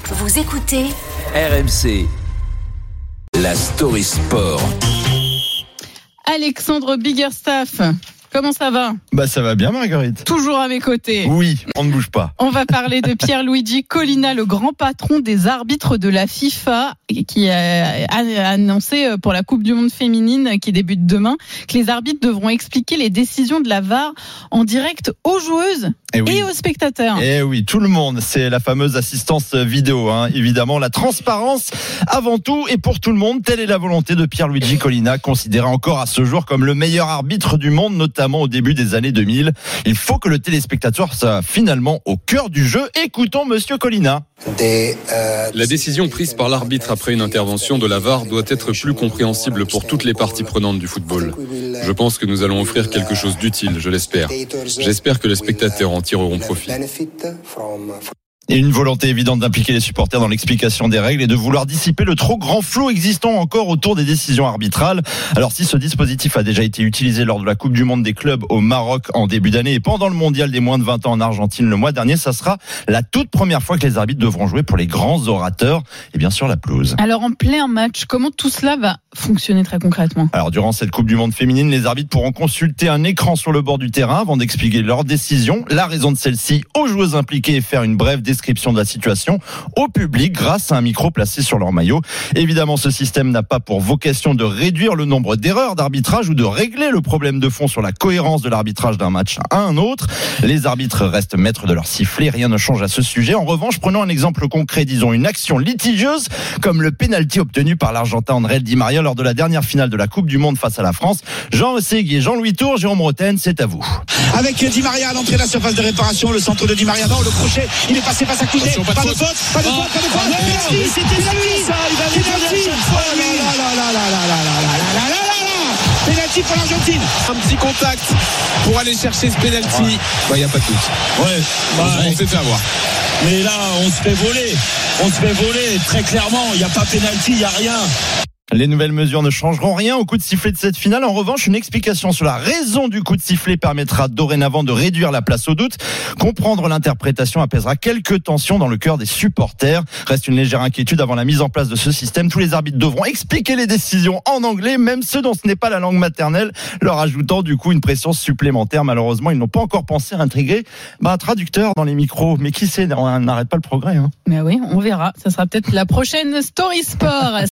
Vous écoutez RMC, la Story Sport. Alexandre Biggerstaff, comment ça va ? Ça va bien, Marguerite. Toujours à mes côtés. Oui, on ne bouge pas. On va parler de Pierluigi Collina, le grand patron des arbitres de la FIFA, qui a annoncé pour la Coupe du Monde féminine qui débute demain que les arbitres devront expliquer les décisions de la VAR en direct aux joueuses et aux spectateurs. Et oui, tout le monde. C'est la fameuse assistance vidéo, évidemment. La transparence avant tout et pour tout le monde. Telle est la volonté de Pierluigi Collina, considéré encore à ce jour comme le meilleur arbitre du monde, notamment au début des années 2000. Il faut que le téléspectateur soit finalement au cœur du jeu. Écoutons Monsieur Collina. La décision prise par l'arbitre après une intervention de la VAR doit être plus compréhensible pour toutes les parties prenantes du football. Je pense que nous allons offrir quelque chose d'utile, je l'espère. J'espère que les spectateurs en tireront profit. Et une volonté évidente d'impliquer les supporters dans l'explication des règles et de vouloir dissiper le trop grand flou existant encore autour des décisions arbitrales. Alors si ce dispositif a déjà été utilisé lors de la Coupe du Monde des clubs au Maroc en début d'année et pendant le mondial des moins de 20 ans en Argentine le mois dernier, ça sera la toute première fois que les arbitres devront jouer pour les grands orateurs et bien sûr la pelouse. Alors en plein match, comment tout cela va fonctionner très concrètement ? Alors durant cette Coupe du Monde féminine, les arbitres pourront consulter un écran sur le bord du terrain avant d'expliquer leur décision, la raison de celle-ci aux joueuses impliquées et faire une brève description de la situation au public grâce à un micro placé sur leur maillot. Évidemment, ce système n'a pas pour vocation de réduire le nombre d'erreurs d'arbitrage ou de régler le problème de fond sur la cohérence de l'arbitrage d'un match à un autre. Les arbitres restent maîtres de leur sifflet, rien ne change à ce sujet. En revanche, prenons un exemple concret, disons une action litigieuse comme le pénalty obtenu par l'Argentin André Di Maria lors de la dernière finale de la Coupe du Monde face à la France. Jean Segui et Jean-Louis Tour, Jérôme Roten, c'est à vous. Avec Di Maria à l'entrée de la surface de réparation, le centre de Di Maria dans le crochet, il est passé face à Coudet, pas de faute, pas de faute. Penalty, c'était lui ça, il va penalty. Penalty pour l'Argentine. Un petit contact pour aller chercher ce penalty. Il n'y a pas de doute. On s'est fait avoir. Mais là, on se fait voler, très clairement, il n'y a pas penalty, il n'y a rien. Les nouvelles mesures ne changeront rien au coup de sifflet de cette finale. En revanche, une explication sur la raison du coup de sifflet permettra dorénavant de réduire la place au doute. Comprendre l'interprétation apaisera quelques tensions dans le cœur des supporters. Reste une légère inquiétude avant la mise en place de ce système. Tous les arbitres devront expliquer les décisions en anglais, même ceux dont ce n'est pas la langue maternelle, leur ajoutant du coup une pression supplémentaire. Malheureusement, ils n'ont pas encore pensé à intégrer un traducteur dans les micros. Mais qui sait, on n'arrête pas le progrès. Mais oui, on verra. Ça sera peut-être la prochaine Story Sport.